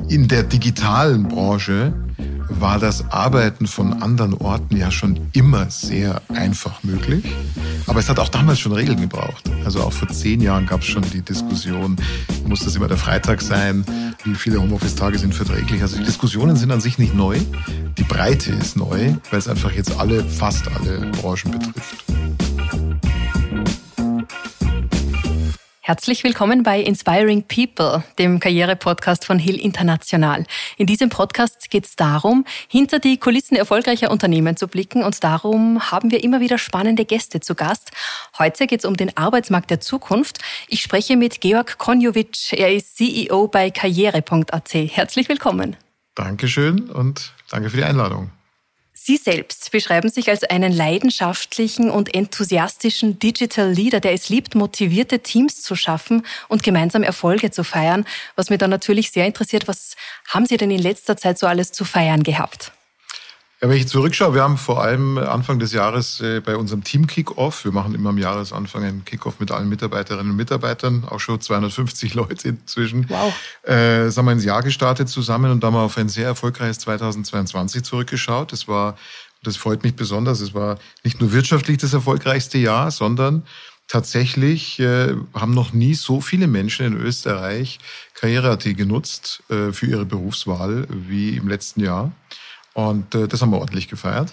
In der digitalen Branche war das Arbeiten von anderen Orten ja schon immer sehr einfach möglich. Aber es hat auch damals schon Regeln gebraucht. Also auch vor 10 Jahren gab es schon die Diskussion, muss das immer der Freitag sein? Wie viele Homeoffice-Tage sind verträglich? Also die Diskussionen sind an sich nicht neu. Die Breite ist neu, weil es einfach jetzt fast alle Branchen betrifft. Herzlich willkommen bei Inspiring People, dem Karriere-Podcast von Hill International. In diesem Podcast geht es darum, hinter die Kulissen erfolgreicher Unternehmen zu blicken, und darum haben wir immer wieder spannende Gäste zu Gast. Heute geht es um den Arbeitsmarkt der Zukunft. Ich spreche mit Georg Konjovic. Er ist CEO bei karriere.at. Herzlich willkommen. Dankeschön und danke für die Einladung. Sie selbst beschreiben sich als einen leidenschaftlichen und enthusiastischen Digital Leader, der es liebt, motivierte Teams zu schaffen und gemeinsam Erfolge zu feiern. Was mich dann natürlich sehr interessiert, was haben Sie denn in letzter Zeit so alles zu feiern gehabt? Ja, wenn ich zurückschaue, wir haben vor allem Anfang des Jahres bei unserem Team-Kick-Off, wir machen immer am Jahresanfang einen Kick-Off mit allen Mitarbeiterinnen und Mitarbeitern, auch schon 250 Leute inzwischen. Wow. Sind wir ins Jahr gestartet zusammen und da haben wir auf ein sehr erfolgreiches 2022 zurückgeschaut. Das freut mich besonders, es war nicht nur wirtschaftlich das erfolgreichste Jahr, sondern tatsächlich haben noch nie so viele Menschen in Österreich karriere.at genutzt für ihre Berufswahl wie im letzten Jahr. Und das haben wir ordentlich gefeiert.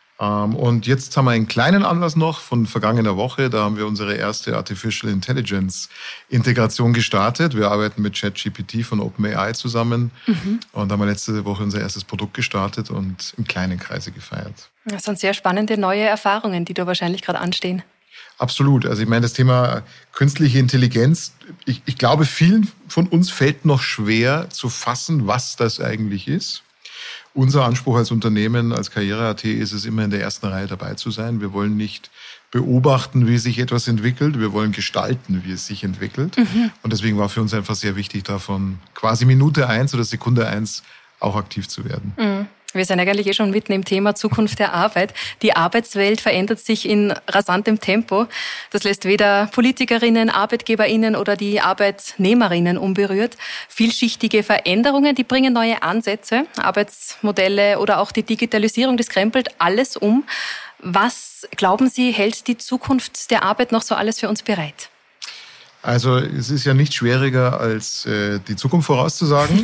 Und jetzt haben wir einen kleinen Anlass noch von vergangener Woche. Da haben wir unsere erste Artificial Intelligence Integration gestartet. Wir arbeiten mit ChatGPT von OpenAI zusammen. Und haben wir letzte Woche unser erstes Produkt gestartet und im kleinen Kreise gefeiert. Das sind sehr spannende neue Erfahrungen, die da wahrscheinlich gerade anstehen. Absolut. Also ich meine, das Thema künstliche Intelligenz, ich glaube, vielen von uns fällt noch schwer zu fassen, was das eigentlich ist. Unser Anspruch als Unternehmen, als karriere.at ist es immer in der ersten Reihe dabei zu sein. Wir wollen nicht beobachten, wie sich etwas entwickelt. Wir wollen gestalten, wie es sich entwickelt. Und deswegen war für uns einfach sehr wichtig, davon quasi Minute 1 oder Sekunde 1 auch aktiv zu werden. Wir sind eigentlich schon mitten im Thema Zukunft der Arbeit. Die Arbeitswelt verändert sich in rasantem Tempo. Das lässt weder Politikerinnen, ArbeitgeberInnen oder die Arbeitnehmerinnen unberührt. Vielschichtige Veränderungen, die bringen neue Ansätze, Arbeitsmodelle oder auch die Digitalisierung, das krempelt alles um. Was, glauben Sie, hält die Zukunft der Arbeit noch so alles für uns bereit? Also es ist ja nicht schwieriger, als die Zukunft vorauszusagen.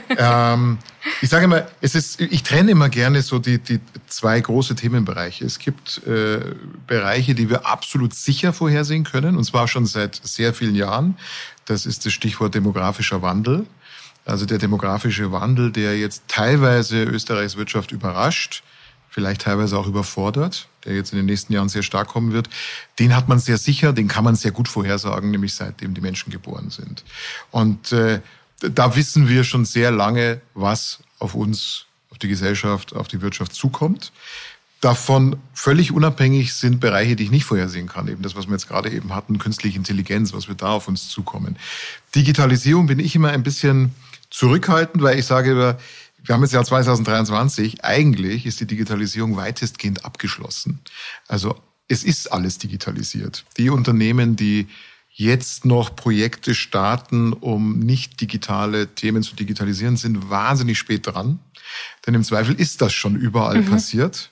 Ich sage immer, ich trenne immer gerne so die 2 große Themenbereiche. Es gibt Bereiche, die wir absolut sicher vorhersehen können, und zwar schon seit sehr vielen Jahren. Das ist das Stichwort demografischer Wandel. Also der demografische Wandel, der jetzt teilweise Österreichs Wirtschaft überrascht, vielleicht teilweise auch überfordert, der jetzt in den nächsten Jahren sehr stark kommen wird, den hat man sehr sicher, den kann man sehr gut vorhersagen, nämlich seitdem die Menschen geboren sind. Und da wissen wir schon sehr lange, was auf uns, auf die Gesellschaft, auf die Wirtschaft zukommt. Davon völlig unabhängig sind Bereiche, die ich nicht vorhersehen kann. Eben das, was wir jetzt gerade eben hatten, künstliche Intelligenz, was wird da auf uns zukommen. Digitalisierung bin ich immer ein bisschen zurückhaltend, weil ich sage, wir haben jetzt Jahr 2023, eigentlich ist die Digitalisierung weitestgehend abgeschlossen. Also es ist alles digitalisiert. Die Unternehmen, die jetzt noch Projekte starten, um nicht digitale Themen zu digitalisieren, sind wahnsinnig spät dran. Denn im Zweifel ist das schon überall passiert.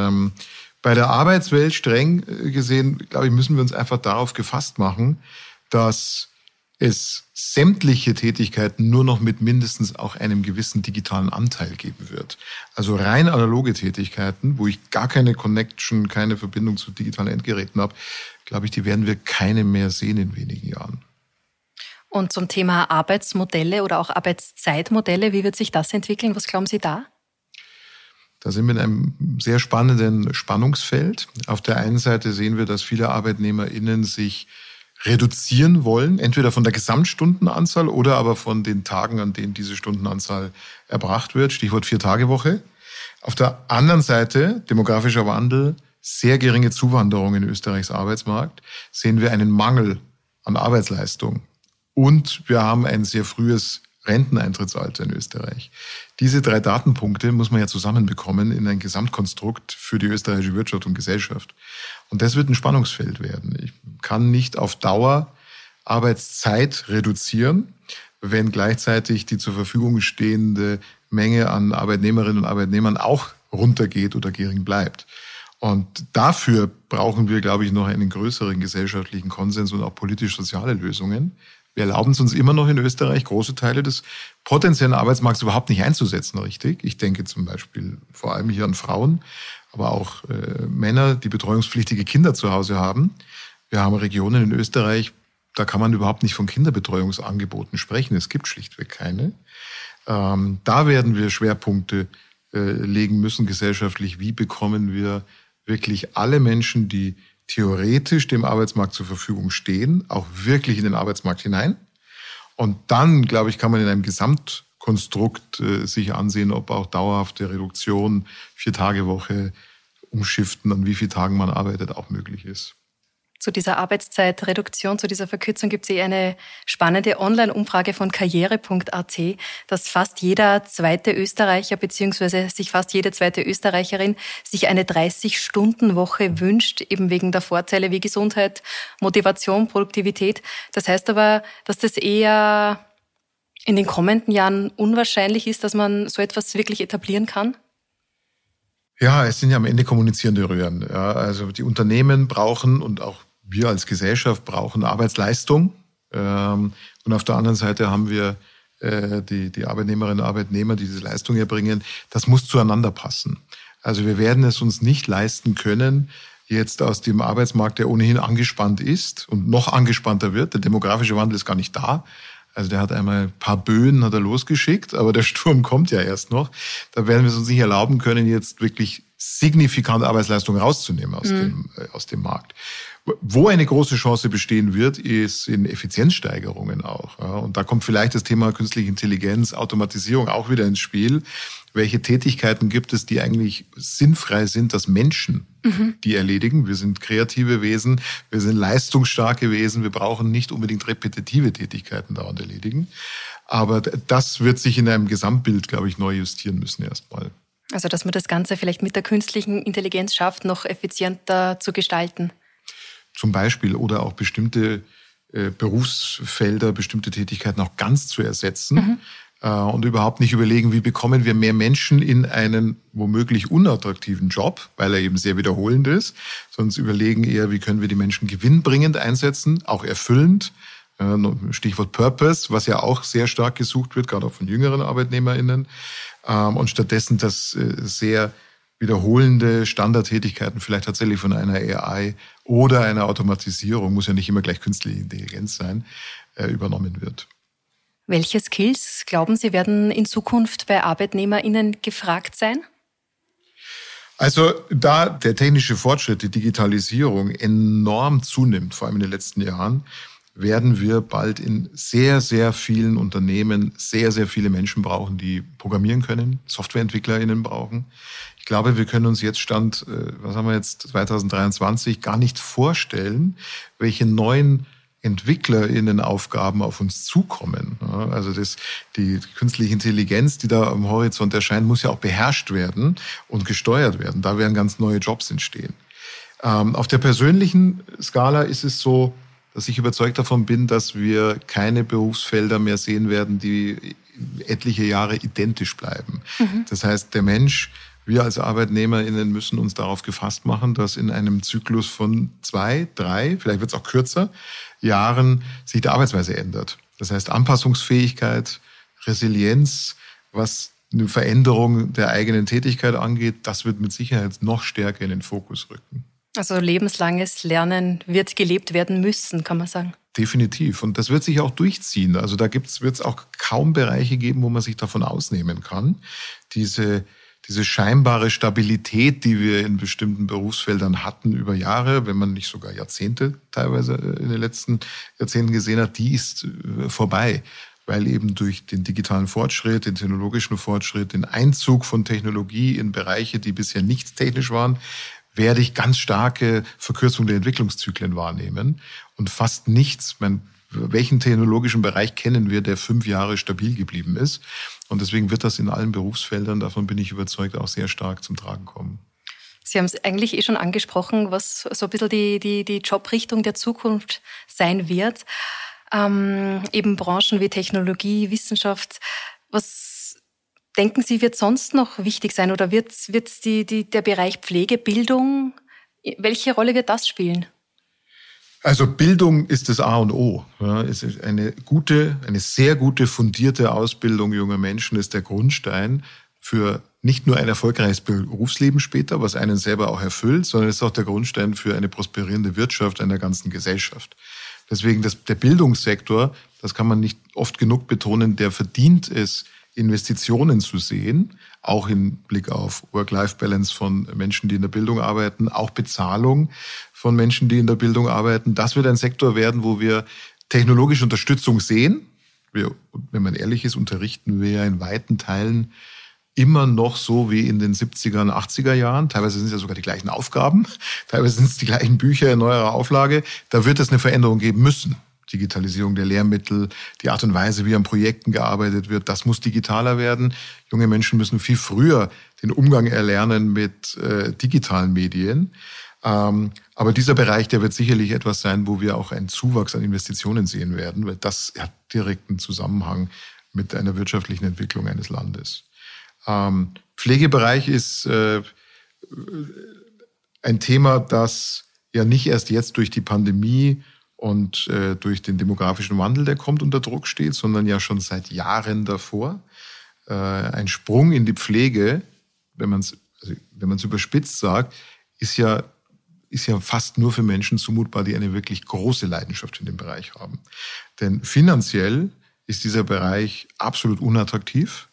Bei der Arbeitswelt streng gesehen, glaube ich, müssen wir uns einfach darauf gefasst machen, dass es sämtliche Tätigkeiten nur noch mit mindestens auch einem gewissen digitalen Anteil geben wird. Also rein analoge Tätigkeiten, wo ich gar keine Connection, keine Verbindung zu digitalen Endgeräten habe, glaube ich, die werden wir keine mehr sehen in wenigen Jahren. Und zum Thema Arbeitsmodelle oder auch Arbeitszeitmodelle, wie wird sich das entwickeln? Was glauben Sie da? Da sind wir in einem sehr spannenden Spannungsfeld. Auf der einen Seite sehen wir, dass viele ArbeitnehmerInnen sich reduzieren wollen, entweder von der Gesamtstundenanzahl oder aber von den Tagen, an denen diese Stundenanzahl erbracht wird. Stichwort 4-Tage-Woche. Auf der anderen Seite, demografischer Wandel, sehr geringe Zuwanderung in Österreichs Arbeitsmarkt, sehen wir einen Mangel an Arbeitsleistung. Und wir haben ein sehr frühes Renteneintrittsalter in Österreich. Diese 3 Datenpunkte muss man ja zusammenbekommen in ein Gesamtkonstrukt für die österreichische Wirtschaft und Gesellschaft. Und das wird ein Spannungsfeld werden. Ich kann nicht auf Dauer Arbeitszeit reduzieren. wenn gleichzeitig die zur Verfügung stehende Menge an Arbeitnehmerinnen und Arbeitnehmern auch runtergeht oder gering bleibt. Und dafür brauchen wir, glaube ich, noch einen größeren gesellschaftlichen Konsens und auch politisch-soziale Lösungen. Wir erlauben es uns immer noch in Österreich, große Teile des potenziellen Arbeitsmarkts überhaupt nicht einzusetzen, richtig? Ich denke zum Beispiel vor allem hier an Frauen, aber auch Männer, die betreuungspflichtige Kinder zu Hause haben. Wir haben Regionen in Österreich, da kann man überhaupt nicht von Kinderbetreuungsangeboten sprechen. Es gibt schlichtweg keine. Da werden wir Schwerpunkte legen müssen gesellschaftlich. Wie bekommen wir wirklich alle Menschen, die theoretisch dem Arbeitsmarkt zur Verfügung stehen, auch wirklich in den Arbeitsmarkt hinein? Und dann, glaube ich, kann man in einem Gesamtkonstrukt sich ansehen, ob auch dauerhafte Reduktion, 4-Tage-Woche, Umschiften, an wie vielen Tagen man arbeitet, auch möglich ist. Zu dieser Arbeitszeitreduktion, zu dieser Verkürzung gibt es eine spannende Online-Umfrage von karriere.at, dass fast jeder zweite Österreicher bzw. sich fast jede zweite Österreicherin sich eine 30-Stunden-Woche wünscht, eben wegen der Vorteile wie Gesundheit, Motivation, Produktivität. Das heißt aber, dass das eher in den kommenden Jahren unwahrscheinlich ist, dass man so etwas wirklich etablieren kann? Ja, es sind ja am Ende kommunizierende Röhren. Ja, also die Unternehmen brauchen und auch wir als Gesellschaft brauchen Arbeitsleistung. Und auf der anderen Seite haben wir die Arbeitnehmerinnen und Arbeitnehmer, die diese Leistung erbringen. Das muss zueinander passen. Also wir werden es uns nicht leisten können, jetzt aus dem Arbeitsmarkt, der ohnehin angespannt ist und noch angespannter wird. Der demografische Wandel ist gar nicht da. Also der hat einmal ein paar Böen hat er losgeschickt, aber der Sturm kommt ja erst noch. Da werden wir es uns nicht erlauben können, jetzt wirklich signifikant Arbeitsleistung rauszunehmen aus dem Markt. Wo eine große Chance bestehen wird, ist in Effizienzsteigerungen auch. Ja, und da kommt vielleicht das Thema künstliche Intelligenz, Automatisierung auch wieder ins Spiel. Welche Tätigkeiten gibt es, die eigentlich sinnfrei sind, dass Menschen die erledigen? Wir sind kreative Wesen, wir sind leistungsstarke Wesen, wir brauchen nicht unbedingt repetitive Tätigkeiten dauernd erledigen. Aber das wird sich in einem Gesamtbild, glaube ich, neu justieren müssen erstmal. Also dass man das Ganze vielleicht mit der künstlichen Intelligenz schafft, noch effizienter zu gestalten. Zum Beispiel oder auch bestimmte Berufsfelder, bestimmte Tätigkeiten auch ganz zu ersetzen und überhaupt nicht überlegen, wie bekommen wir mehr Menschen in einen womöglich unattraktiven Job, weil er eben sehr wiederholend ist, sondern überlegen eher, wie können wir die Menschen gewinnbringend einsetzen, auch erfüllend. Stichwort Purpose, was ja auch sehr stark gesucht wird, gerade auch von jüngeren ArbeitnehmerInnen. Und stattdessen das sehr wiederholende Standardtätigkeiten vielleicht tatsächlich von einer AI oder einer Automatisierung, muss ja nicht immer gleich künstliche Intelligenz sein, übernommen wird. Welche Skills, glauben Sie, werden in Zukunft bei ArbeitnehmerInnen gefragt sein? Also da der technische Fortschritt, die Digitalisierung enorm zunimmt, vor allem in den letzten Jahren, werden wir bald in sehr, sehr vielen Unternehmen sehr, sehr viele Menschen brauchen, die programmieren können, SoftwareentwicklerInnen brauchen. Ich glaube, wir können uns jetzt Stand, 2023, gar nicht vorstellen, welche neuen EntwicklerInnen-Aufgaben auf uns zukommen. Also die künstliche Intelligenz, die da am Horizont erscheint, muss ja auch beherrscht werden und gesteuert werden. Da werden ganz neue Jobs entstehen. Auf der persönlichen Skala ist es so, dass ich überzeugt davon bin, dass wir keine Berufsfelder mehr sehen werden, die etliche Jahre identisch bleiben. Das heißt, der Mensch, wir als ArbeitnehmerInnen müssen uns darauf gefasst machen, dass in einem Zyklus von 2, 3, vielleicht wird es auch kürzer, Jahren sich die Arbeitsweise ändert. Das heißt, Anpassungsfähigkeit, Resilienz, was eine Veränderung der eigenen Tätigkeit angeht, das wird mit Sicherheit noch stärker in den Fokus rücken. Also lebenslanges Lernen wird gelebt werden müssen, kann man sagen. Definitiv. Und das wird sich auch durchziehen. Also da wird es auch kaum Bereiche geben, wo man sich davon ausnehmen kann. Diese scheinbare Stabilität, die wir in bestimmten Berufsfeldern hatten über Jahre, wenn man nicht sogar Jahrzehnte teilweise in den letzten Jahrzehnten gesehen hat, die ist vorbei. Weil eben durch den digitalen Fortschritt, den technologischen Fortschritt, den Einzug von Technologie in Bereiche, die bisher nicht technisch waren, werde ich ganz starke Verkürzung der Entwicklungszyklen wahrnehmen und fast nichts. Welchen technologischen Bereich kennen wir, der 5 Jahre stabil geblieben ist? Und deswegen wird das in allen Berufsfeldern, davon bin ich überzeugt, auch sehr stark zum Tragen kommen. Sie haben es eigentlich schon angesprochen, was so ein bisschen die Jobrichtung der Zukunft sein wird. eben Branchen wie Technologie, Wissenschaft. Was denken Sie, wird sonst noch wichtig sein oder wird der Bereich Pflege, Bildung, welche Rolle wird das spielen? Also Bildung ist das A und O. Ja, es ist eine sehr gute, fundierte Ausbildung junger Menschen ist der Grundstein für nicht nur ein erfolgreiches Berufsleben später, was einen selber auch erfüllt, sondern es ist auch der Grundstein für eine prosperierende Wirtschaft einer ganzen Gesellschaft. Deswegen der Bildungssektor, das kann man nicht oft genug betonen, der verdient es, Investitionen zu sehen, auch im Blick auf Work-Life-Balance von Menschen, die in der Bildung arbeiten, auch Bezahlung von Menschen, die in der Bildung arbeiten. Das wird ein Sektor werden, wo wir technologische Unterstützung sehen. Wenn man ehrlich ist, unterrichten wir ja in weiten Teilen immer noch so wie in den 70er und 80er Jahren. Teilweise sind es ja sogar die gleichen Aufgaben, teilweise sind es die gleichen Bücher in neuerer Auflage. Da wird es eine Veränderung geben müssen. Digitalisierung der Lehrmittel, die Art und Weise, wie an Projekten gearbeitet wird, das muss digitaler werden. Junge Menschen müssen viel früher den Umgang erlernen mit digitalen Medien. Aber dieser Bereich, der wird sicherlich etwas sein, wo wir auch einen Zuwachs an Investitionen sehen werden, weil das hat direkten Zusammenhang mit einer wirtschaftlichen Entwicklung eines Landes. Pflegebereich ist ein Thema, das ja nicht erst jetzt durch die Pandemie und durch den demografischen Wandel, der kommt, unter Druck steht, sondern ja schon seit Jahren davor. Ein Sprung in die Pflege, wenn man es überspitzt sagt, ist ja fast nur für Menschen zumutbar, die eine wirklich große Leidenschaft in dem Bereich haben. Denn finanziell ist dieser Bereich absolut unattraktiv,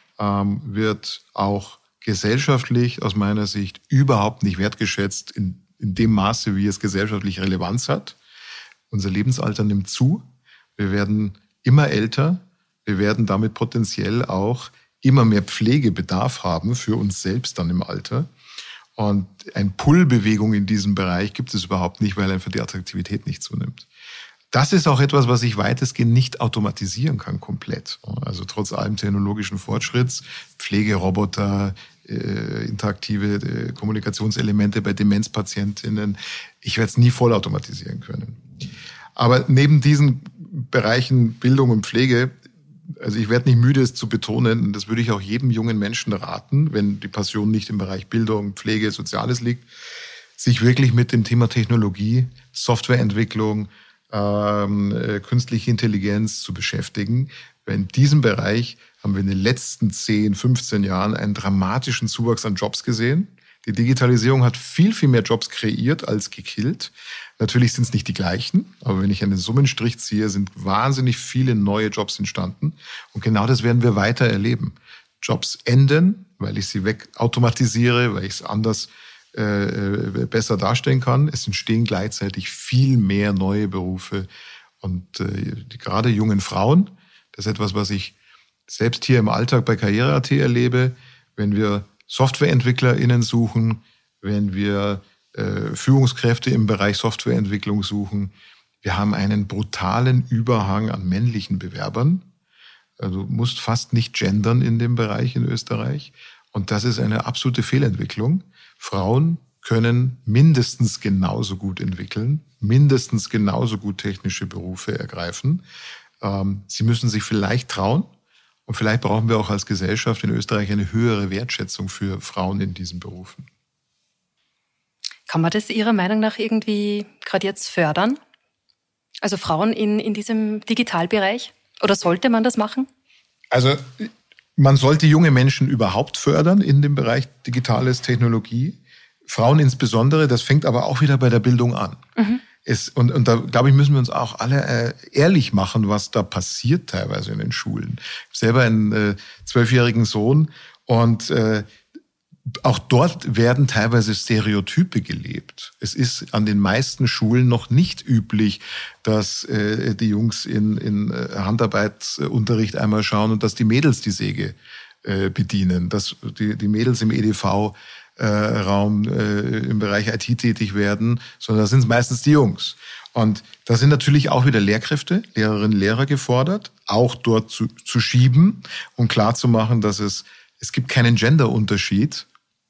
wird auch gesellschaftlich aus meiner Sicht überhaupt nicht wertgeschätzt in dem Maße, wie es gesellschaftlich Relevanz hat. Unser Lebensalter nimmt zu. Wir werden immer älter. Wir werden damit potenziell auch immer mehr Pflegebedarf haben für uns selbst dann im Alter. Und eine Pull-Bewegung in diesem Bereich gibt es überhaupt nicht, weil einfach die Attraktivität nicht zunimmt. Das ist auch etwas, was ich weitestgehend nicht automatisieren kann, komplett. Also trotz allem technologischen Fortschritts, Pflegeroboter, interaktive Kommunikationselemente bei Demenzpatientinnen. Ich werde es nie vollautomatisieren können. Aber neben diesen Bereichen Bildung und Pflege, also ich werde nicht müde, es zu betonen, und das würde ich auch jedem jungen Menschen raten, wenn die Passion nicht im Bereich Bildung, Pflege, Soziales liegt, sich wirklich mit dem Thema Technologie, Softwareentwicklung, künstliche Intelligenz zu beschäftigen. Weil in diesem Bereich haben wir in den letzten 10, 15 Jahren einen dramatischen Zuwachs an Jobs gesehen. Die Digitalisierung hat viel, viel mehr Jobs kreiert als gekillt. Natürlich sind es nicht die gleichen, aber wenn ich einen Summenstrich ziehe, sind wahnsinnig viele neue Jobs entstanden. Und genau das werden wir weiter erleben. Jobs enden, weil ich sie wegautomatisiere, weil ich es anders besser darstellen kann. Es entstehen gleichzeitig viel mehr neue Berufe. Und gerade jungen Frauen, das ist etwas, was ich selbst hier im Alltag bei Karriere.at erlebe, wenn wir SoftwareentwicklerInnen suchen, wenn wir Führungskräfte im Bereich Softwareentwicklung suchen. Wir haben einen brutalen Überhang an männlichen Bewerbern. Also du musst fast nicht gendern in dem Bereich in Österreich. Und das ist eine absolute Fehlentwicklung. Frauen können mindestens genauso gut entwickeln, mindestens genauso gut technische Berufe ergreifen. Sie müssen sich vielleicht trauen. Und vielleicht brauchen wir auch als Gesellschaft in Österreich eine höhere Wertschätzung für Frauen in diesen Berufen. Kann man das Ihrer Meinung nach irgendwie gerade jetzt fördern? Also Frauen in diesem Digitalbereich? Oder sollte man das machen? Also man sollte junge Menschen überhaupt fördern in dem Bereich Digitales, Technologie. Frauen insbesondere, das fängt aber auch wieder bei der Bildung an. Mhm. Und da, glaube ich, müssen wir uns auch alle ehrlich machen, was da passiert teilweise in den Schulen. Ich habe selber einen 12-jährigen Sohn und auch dort werden teilweise Stereotype gelebt. Es ist an den meisten Schulen noch nicht üblich, dass die Jungs in Handarbeitunterricht einmal schauen und dass die Mädels die Säge bedienen, dass die Mädels im EDV Raum im Bereich IT tätig werden, sondern da sind es meistens die Jungs. Und da sind natürlich auch wieder Lehrkräfte, Lehrerinnen, Lehrer gefordert, auch dort zu schieben und klarzumachen, dass es gibt keinen Genderunterschied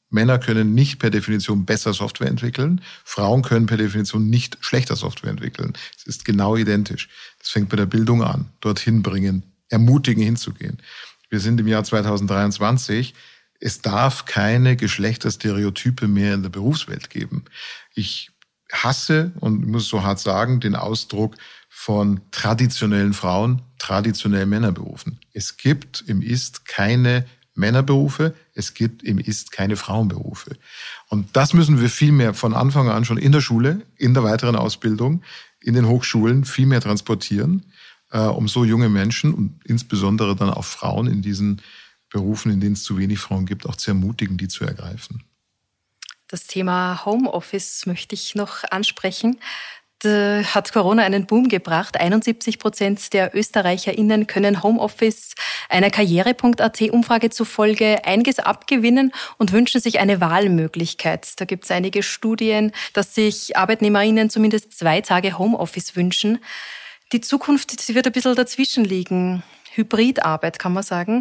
Männer können nicht per Definition besser Software entwickeln. Frauen können per Definition nicht schlechter Software entwickeln. Es ist genau identisch. Das fängt bei der Bildung an. Dorthin bringen, ermutigen hinzugehen. Wir sind im Jahr 2023. Es darf keine Geschlechterstereotype mehr in der Berufswelt geben. Ich hasse, und muss so hart sagen, den Ausdruck von traditionellen Frauen, traditionellen Männerberufen. Es gibt im Ist keine Männerberufe, es gibt im Ist keine Frauenberufe. Und das müssen wir viel mehr von Anfang an schon in der Schule, in der weiteren Ausbildung, in den Hochschulen viel mehr transportieren, um so junge Menschen und insbesondere dann auch Frauen in diesen Berufen, in denen es zu wenig Frauen gibt, auch zu ermutigen, die zu ergreifen. Das Thema Homeoffice möchte ich noch ansprechen. Da hat Corona einen Boom gebracht. 71% der ÖsterreicherInnen können Homeoffice einer Karriere.at-Umfrage zufolge einiges abgewinnen und wünschen sich eine Wahlmöglichkeit. Da gibt es einige Studien, dass sich ArbeitnehmerInnen zumindest 2 Tage Homeoffice wünschen. Die Zukunft, sie wird ein bisschen dazwischen liegen. Hybridarbeit, kann man sagen.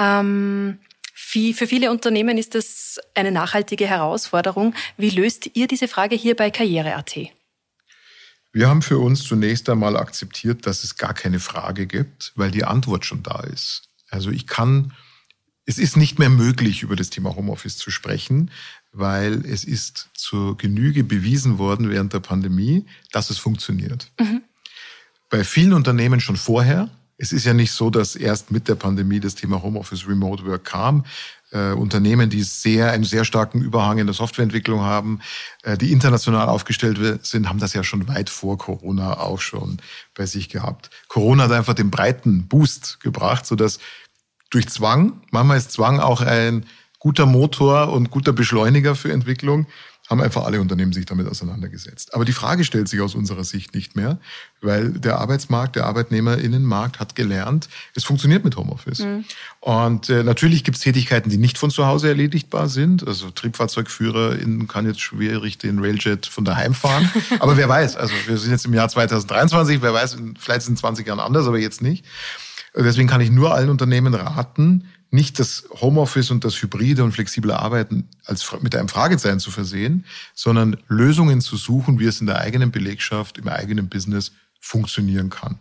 Für viele Unternehmen ist das eine nachhaltige Herausforderung. Wie löst ihr diese Frage hier bei Karriere.at? Wir haben für uns zunächst einmal akzeptiert, dass es gar keine Frage gibt, weil die Antwort schon da ist. Also es ist nicht mehr möglich, über das Thema Homeoffice zu sprechen, weil es ist zur Genüge bewiesen worden während der Pandemie, dass es funktioniert. Mhm. Bei vielen Unternehmen schon vorher. Es ist ja nicht so, dass erst mit der Pandemie das Thema Homeoffice Remote Work kam. Unternehmen, die einen sehr starken Überhang in der Softwareentwicklung haben, die international aufgestellt sind, haben das ja schon weit vor Corona auch schon bei sich gehabt. Corona hat einfach den breiten Boost gebracht, sodass durch Zwang, manchmal ist Zwang auch ein guter Motor und guter Beschleuniger für Entwicklung, haben einfach alle Unternehmen sich damit auseinandergesetzt. Aber die Frage stellt sich aus unserer Sicht nicht mehr, weil der Arbeitsmarkt, der ArbeitnehmerInnenmarkt hat gelernt, es funktioniert mit Homeoffice. Mhm. Und natürlich gibt es Tätigkeiten, die nicht von zu Hause erledigbar sind. Also TriebfahrzeugführerInnen kann jetzt schwierig den Railjet von daheim fahren. Aber wer weiß, also wir sind jetzt im Jahr 2023, wer weiß, vielleicht ist es in 20 Jahren anders, aber jetzt nicht. Deswegen kann ich nur allen Unternehmen raten, nicht das Homeoffice und das hybride und flexible Arbeiten mit einem Fragezeichen zu versehen, sondern Lösungen zu suchen, wie es in der eigenen Belegschaft, im eigenen Business funktionieren kann.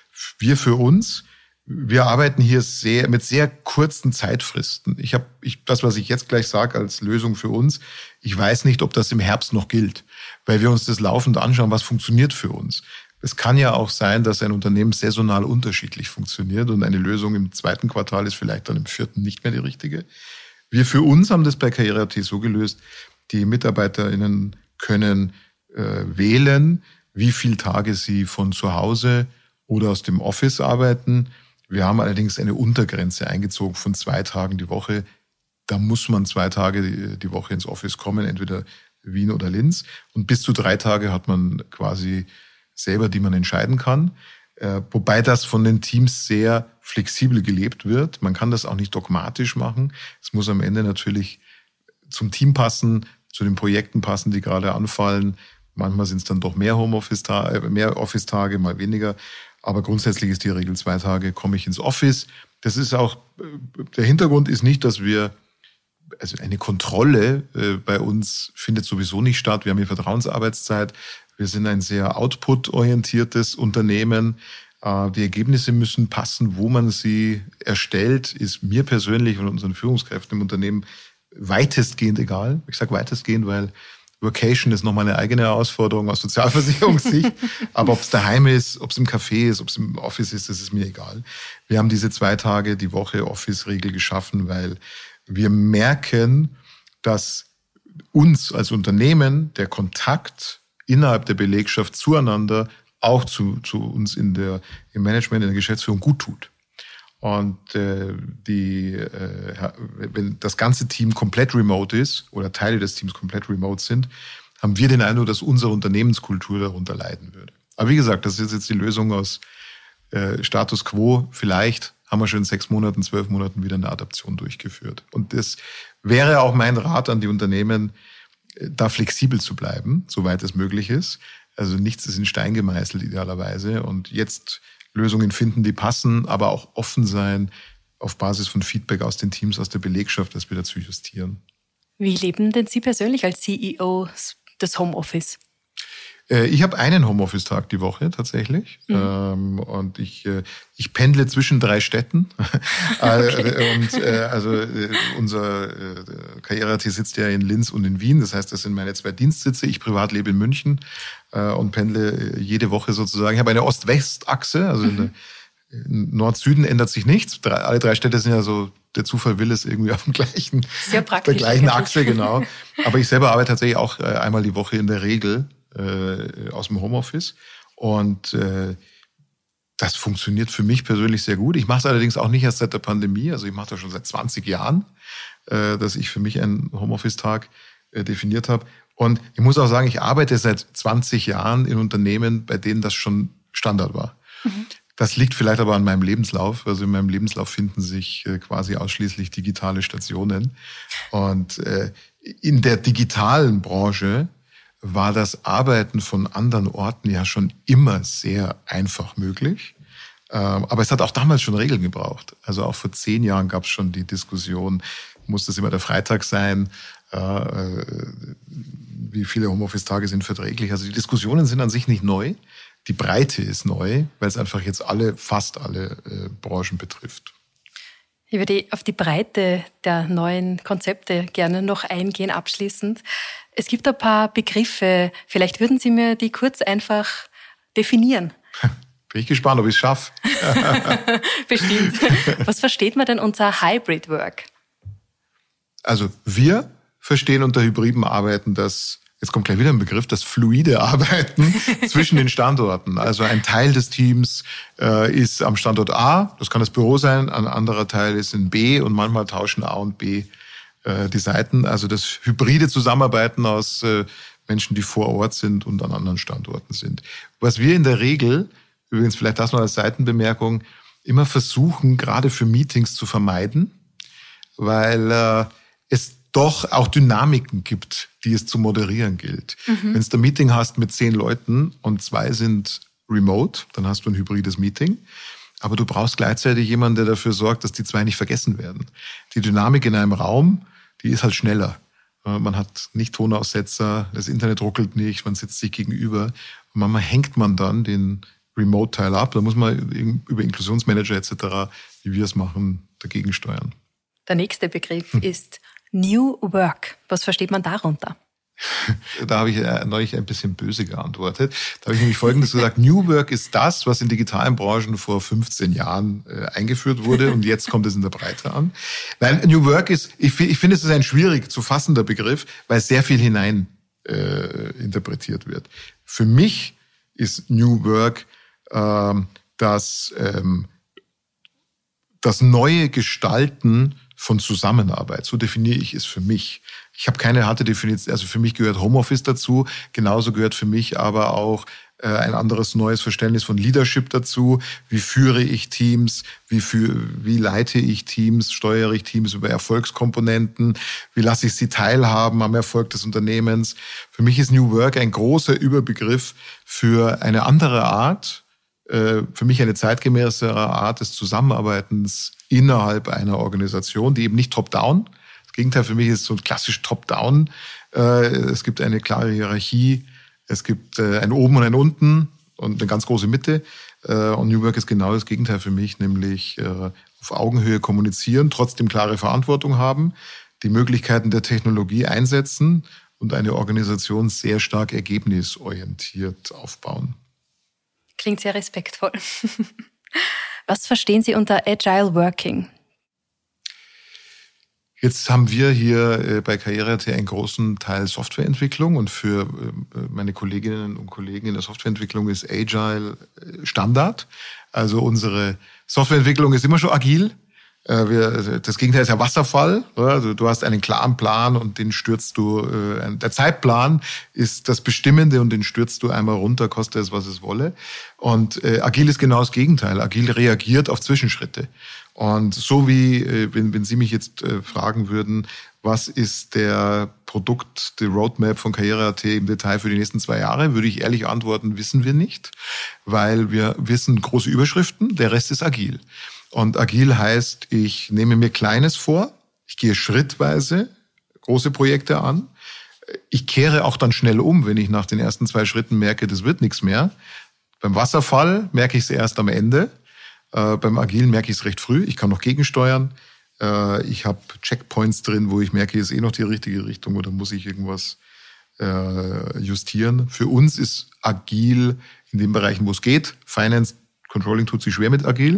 Wir arbeiten hier mit sehr kurzen Zeitfristen. Das, was ich jetzt gleich sage als Lösung für uns, ich weiß nicht, ob das im Herbst noch gilt, weil wir uns das laufend anschauen, was funktioniert für uns. Es kann ja auch sein, dass ein Unternehmen saisonal unterschiedlich funktioniert und eine Lösung im 2. Quartal ist vielleicht dann im 4. nicht mehr die richtige. Wir für uns haben das bei Karriere.at so gelöst, die MitarbeiterInnen können wählen, wie viele Tage sie von zu Hause oder aus dem Office arbeiten. Wir haben allerdings eine Untergrenze eingezogen von 2 Tagen die Woche. Da muss man 2 Tage die Woche ins Office kommen, entweder Wien oder Linz. Und bis zu 3 Tage hat man quasi selber, die man entscheiden kann. Wobei das von den Teams sehr flexibel gelebt wird. Man kann das auch nicht dogmatisch machen. Es muss am Ende natürlich zum Team passen, zu den Projekten passen, die gerade anfallen. Manchmal sind es dann doch mehr Office-Tage, mal weniger. Aber grundsätzlich ist die Regel 2 Tage komme ich ins Office. Das ist auch, der Hintergrund ist nicht, dass also eine Kontrolle bei uns findet sowieso nicht statt. Wir haben hier Vertrauensarbeitszeit. Wir sind ein sehr output-orientiertes Unternehmen. Die Ergebnisse müssen passen, wo man sie erstellt, ist mir persönlich und unseren Führungskräften im Unternehmen weitestgehend egal. Ich sage weitestgehend, weil Workation ist nochmal eine eigene Herausforderung aus Sozialversicherungssicht. Aber ob es daheim ist, ob es im Café ist, ob es im Office ist, das ist mir egal. Wir haben diese 2 Tage die Woche Office-Regel geschaffen, weil wir merken, dass uns als Unternehmen der Kontakt innerhalb der Belegschaft zueinander, auch zu uns im Management, in der Geschäftsführung gut tut. Und wenn das ganze Team komplett remote ist oder Teile des Teams komplett remote sind, haben wir den Eindruck, dass unsere Unternehmenskultur darunter leiden würde. Aber wie gesagt, das ist jetzt die Lösung aus Status Quo. Vielleicht haben wir schon in 6 Monaten, 12 Monaten wieder eine Adaption durchgeführt. Und das wäre auch mein Rat an die Unternehmen, da flexibel zu bleiben, soweit es möglich ist. Also nichts ist in Stein gemeißelt idealerweise. Und jetzt Lösungen finden, die passen, aber auch offen sein, auf Basis von Feedback aus den Teams, aus der Belegschaft, das wieder zu justieren. Wie leben denn Sie persönlich als CEO das Homeoffice? Ich habe einen Homeoffice-Tag die Woche tatsächlich. Und ich pendle zwischen 3 Städten. Okay. Unser Karriere-AT sitzt ja in Linz und in Wien. Das heißt, das sind meine 2 Dienstsitze. Ich privat lebe in München und pendle jede Woche sozusagen. Ich habe eine Ost-West-Achse, also in Nord-Süden ändert sich nichts. Alle 3 Städte sind ja so, der Zufall will es, irgendwie auf dem gleichen, sehr praktisch, der gleichen Achse, genau. Aber ich selber arbeite tatsächlich auch einmal die Woche in der Regel aus dem Homeoffice. Und das funktioniert für mich persönlich sehr gut. Ich mache es allerdings auch nicht erst seit der Pandemie. Also ich mache das schon seit 20 Jahren, dass ich für mich einen Homeoffice-Tag definiert habe. Und ich muss auch sagen, ich arbeite seit 20 Jahren in Unternehmen, bei denen das schon Standard war. Mhm. Das liegt vielleicht aber an meinem Lebenslauf. Also in meinem Lebenslauf finden sich quasi ausschließlich digitale Stationen. Und in der digitalen Branche war das Arbeiten von anderen Orten ja schon immer sehr einfach möglich. Aber es hat auch damals schon Regeln gebraucht. Also auch vor 10 Jahren gab es schon die Diskussion, muss das immer der Freitag sein? Wie viele Homeoffice-Tage sind verträglich? Also die Diskussionen sind an sich nicht neu. Die Breite ist neu, weil es einfach jetzt fast alle Branchen betrifft. Ich würde auf die Breite der neuen Konzepte gerne noch eingehen, abschließend. Es gibt ein paar Begriffe. Vielleicht würden Sie mir die kurz einfach definieren. Bin ich gespannt, ob ich es schaffe. Bestimmt. Was versteht man denn unter Hybrid Work? Also wir verstehen unter hybriden Arbeiten jetzt kommt gleich wieder ein Begriff, das fluide Arbeiten zwischen den Standorten. Also ein Teil des Teams ist am Standort A, das kann das Büro sein, ein anderer Teil ist in B und manchmal tauschen A und B die Seiten. Also das hybride Zusammenarbeiten aus Menschen, die vor Ort sind und an anderen Standorten sind. Was wir in der Regel, übrigens vielleicht das noch als Seitenbemerkung, immer versuchen, gerade für Meetings zu vermeiden, weil es doch auch Dynamiken gibt, die es zu moderieren gilt. Mhm. Wenn du ein Meeting hast mit 10 Leuten und 2 sind remote, dann hast du ein hybrides Meeting. Aber du brauchst gleichzeitig jemanden, der dafür sorgt, dass die 2 nicht vergessen werden. Die Dynamik in einem Raum, die ist halt schneller. Man hat nicht Tonaussetzer, das Internet ruckelt nicht, man sitzt sich gegenüber. Und manchmal hängt man dann den Remote-Teil ab. Da muss man über Inklusionsmanager etc., wie wir es machen, dagegen steuern. Der nächste Begriff ist New Work. Was versteht man darunter? Da habe ich neulich ein bisschen böse geantwortet. Da habe ich nämlich Folgendes gesagt: New Work ist das, was in digitalen Branchen vor 15 Jahren eingeführt wurde und jetzt kommt es in der Breite an. Nein, New Work ist, ich finde, es ist ein schwierig zu fassender Begriff, weil sehr viel hinein interpretiert wird. Für mich ist New Work das neue Gestalten von Zusammenarbeit. So definiere ich es für mich. Ich habe keine harte Definition. Also für mich gehört Homeoffice dazu. Genauso gehört für mich aber auch ein anderes neues Verständnis von Leadership dazu. Wie führe ich Teams? Wie leite ich Teams? Steuere ich Teams über Erfolgskomponenten? Wie lasse ich sie teilhaben am Erfolg des Unternehmens? Für mich ist New Work ein großer Überbegriff für eine andere Art, für mich eine zeitgemäßere Art des Zusammenarbeitens innerhalb einer Organisation, die eben nicht top-down. Das Gegenteil für mich ist so klassisch top-down. Es gibt eine klare Hierarchie, es gibt ein Oben und ein Unten und eine ganz große Mitte. Und New Work ist genau das Gegenteil für mich, nämlich auf Augenhöhe kommunizieren, trotzdem klare Verantwortung haben, die Möglichkeiten der Technologie einsetzen und eine Organisation sehr stark ergebnisorientiert aufbauen. Klingt sehr respektvoll. Was verstehen Sie unter Agile Working? Jetzt haben wir hier bei Karriere.at einen großen Teil Softwareentwicklung und für meine Kolleginnen und Kollegen in der Softwareentwicklung ist Agile Standard. Also unsere Softwareentwicklung ist immer schon agil. Das Gegenteil ist ja Wasserfall. Also du hast einen klaren Plan und den stürzt du. Der Zeitplan ist das Bestimmende und den stürzt du einmal runter, koste es, was es wolle. Und agil ist genau das Gegenteil. Agil reagiert auf Zwischenschritte. Und so wie, wenn Sie mich jetzt fragen würden, was ist die Roadmap von Karriere.at im Detail für die nächsten 2 Jahre, würde ich ehrlich antworten, wissen wir nicht. Weil wir wissen große Überschriften, der Rest ist agil. Und agil heißt, ich nehme mir Kleines vor, ich gehe schrittweise große Projekte an. Ich kehre auch dann schnell um, wenn ich nach den ersten 2 Schritten merke, das wird nichts mehr. Beim Wasserfall merke ich es erst am Ende. Beim Agilen merke ich es recht früh. Ich kann noch gegensteuern. Ich habe Checkpoints drin, wo ich merke, ist noch die richtige Richtung oder muss ich irgendwas justieren. Für uns ist agil in den Bereichen, wo es geht. Finance, Controlling tut sich schwer mit agil.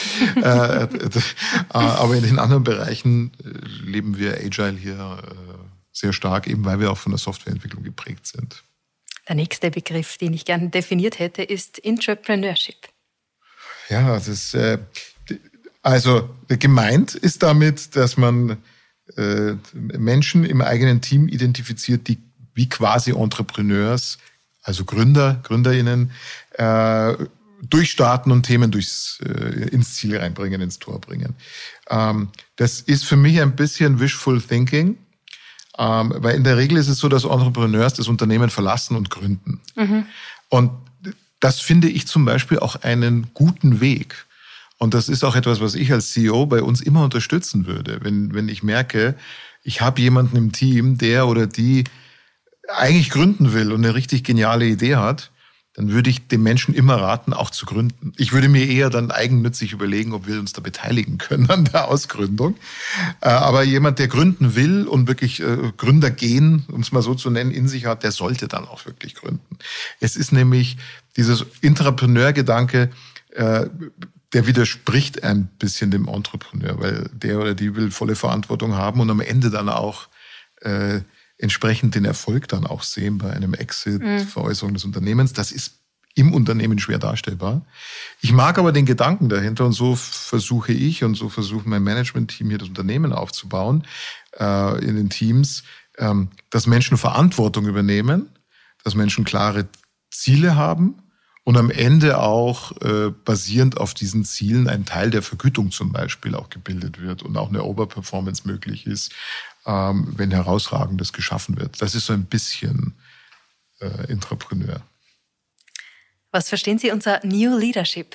Aber in den anderen Bereichen leben wir agile hier sehr stark, eben weil wir auch von der Softwareentwicklung geprägt sind. Der nächste Begriff, den ich gerne definiert hätte, ist Intrapreneurship. Ja, das ist, also gemeint ist damit, dass man Menschen im eigenen Team identifiziert, die wie quasi Entrepreneurs, also GründerInnen, durchstarten und Themen ins Ziel reinbringen, ins Tor bringen. Das ist für mich ein bisschen wishful thinking, weil in der Regel ist es so, dass Entrepreneurs das Unternehmen verlassen und gründen. Mhm. Und das finde ich zum Beispiel auch einen guten Weg. Und das ist auch etwas, was ich als CEO bei uns immer unterstützen würde. Wenn ich merke, ich habe jemanden im Team, der oder die eigentlich gründen will und eine richtig geniale Idee hat, dann würde ich dem Menschen immer raten, auch zu gründen. Ich würde mir eher dann eigennützig überlegen, ob wir uns da beteiligen können an der Ausgründung. Aber jemand, der gründen will und wirklich Gründergehen, um es mal so zu nennen, in sich hat, der sollte dann auch wirklich gründen. Es ist nämlich dieses Intrapreneur-Gedanke, der widerspricht ein bisschen dem Entrepreneur, weil der oder die will volle Verantwortung haben und am Ende dann auch entsprechend den Erfolg dann auch sehen bei einem Exit, Veräußerung des Unternehmens. Das ist im Unternehmen schwer darstellbar. Ich mag aber den Gedanken dahinter und so versuche ich und so versucht mein Management-Team hier das Unternehmen aufzubauen, in den Teams, dass Menschen Verantwortung übernehmen, dass Menschen klare Ziele haben und am Ende auch basierend auf diesen Zielen ein Teil der Vergütung zum Beispiel auch gebildet wird und auch eine Overperformance möglich ist, wenn Herausragendes geschaffen wird. Das ist so ein bisschen Intrapreneur. Was verstehen Sie unter New Leadership?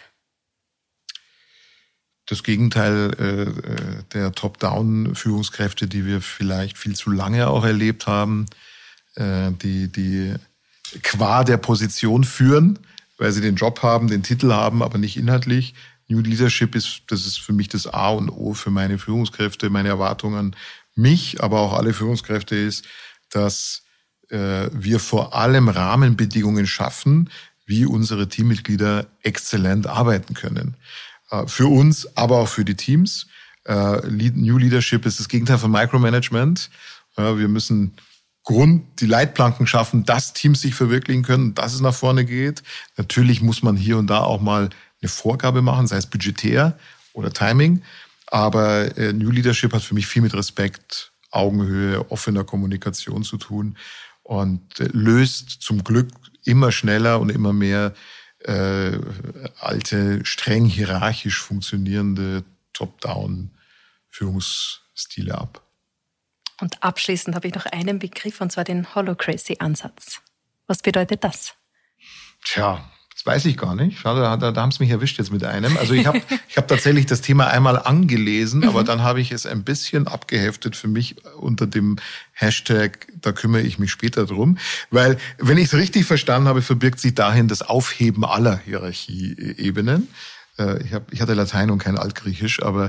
Das Gegenteil der Top-Down-Führungskräfte, die wir vielleicht viel zu lange auch erlebt haben, die qua der Position führen, weil sie den Job haben, den Titel haben, aber nicht inhaltlich. New Leadership das ist für mich das A und O für meine Führungskräfte, meine Erwartungen an mich, aber auch alle Führungskräfte ist, dass wir vor allem Rahmenbedingungen schaffen, wie unsere Teammitglieder exzellent arbeiten können. Für uns, aber auch für die Teams. New Leadership ist das Gegenteil von Micromanagement. Wir müssen die Leitplanken schaffen, dass Teams sich verwirklichen können, dass es nach vorne geht. Natürlich muss man hier und da auch mal eine Vorgabe machen, sei es budgetär oder Timing. Aber New Leadership hat für mich viel mit Respekt, Augenhöhe, offener Kommunikation zu tun und löst zum Glück immer schneller und immer mehr alte, streng hierarchisch funktionierende Top-Down-Führungsstile ab. Und abschließend habe ich noch einen Begriff, und zwar den Holacracy-Ansatz. Was bedeutet das? Tja, das weiß ich gar nicht. Da haben sie mich erwischt jetzt mit einem. Also ich hab tatsächlich das Thema einmal angelesen, aber dann habe ich es ein bisschen abgeheftet für mich unter dem Hashtag, da kümmere ich mich später drum. Weil, wenn ich es richtig verstanden habe, verbirgt sich dahin das Aufheben aller Hierarchieebenen. Ich hatte Latein und kein Altgriechisch, aber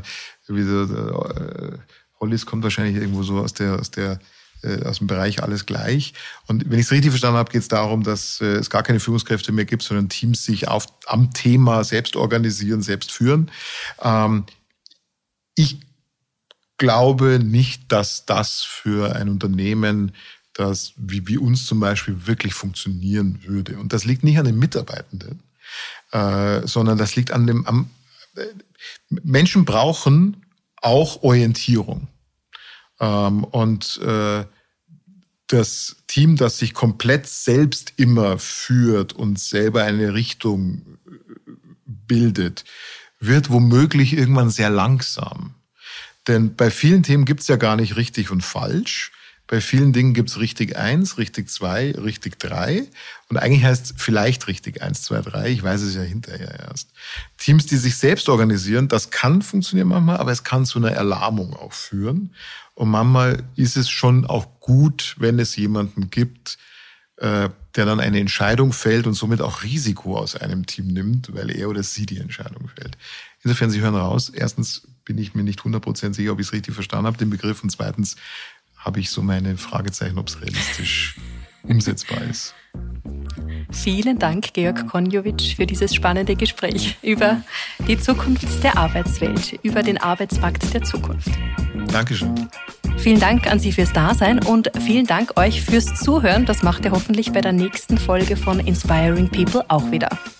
Hollis kommt wahrscheinlich irgendwo so aus dem Bereich alles gleich. Und wenn ich es richtig verstanden habe, geht es darum, dass es gar keine Führungskräfte mehr gibt, sondern Teams sich am Thema selbst organisieren, selbst führen. Ich glaube nicht, dass das für ein Unternehmen, das wie uns zum Beispiel wirklich funktionieren würde. Und das liegt nicht an den Mitarbeitenden, sondern das liegt an Menschen brauchen auch Orientierung. Und das Team, das sich komplett selbst immer führt und selber eine Richtung bildet, wird womöglich irgendwann sehr langsam. Denn bei vielen Themen gibt es ja gar nicht richtig und falsch. Bei vielen Dingen gibt's richtig 1, richtig 2, richtig 3. Und eigentlich heißt es vielleicht richtig 1, 2, 3. Ich weiß es ja hinterher erst. Teams, die sich selbst organisieren, das kann funktionieren manchmal, aber es kann zu einer Erlahmung auch führen. Und manchmal ist es schon auch gut, wenn es jemanden gibt, der dann eine Entscheidung fällt und somit auch Risiko aus einem Team nimmt, weil er oder sie die Entscheidung fällt. Insofern, Sie hören raus. Erstens bin ich mir nicht 100% sicher, ob ich es richtig verstanden habe, den Begriff. Und zweitens habe ich so meine Fragezeichen, ob es realistisch umsetzbar ist. Vielen Dank, Georg Konjovic, für dieses spannende Gespräch über die Zukunft der Arbeitswelt, über den Arbeitspakt der Zukunft. Dankeschön. Vielen Dank an Sie fürs Dasein und vielen Dank euch fürs Zuhören. Das macht ihr hoffentlich bei der nächsten Folge von Inspiring People auch wieder.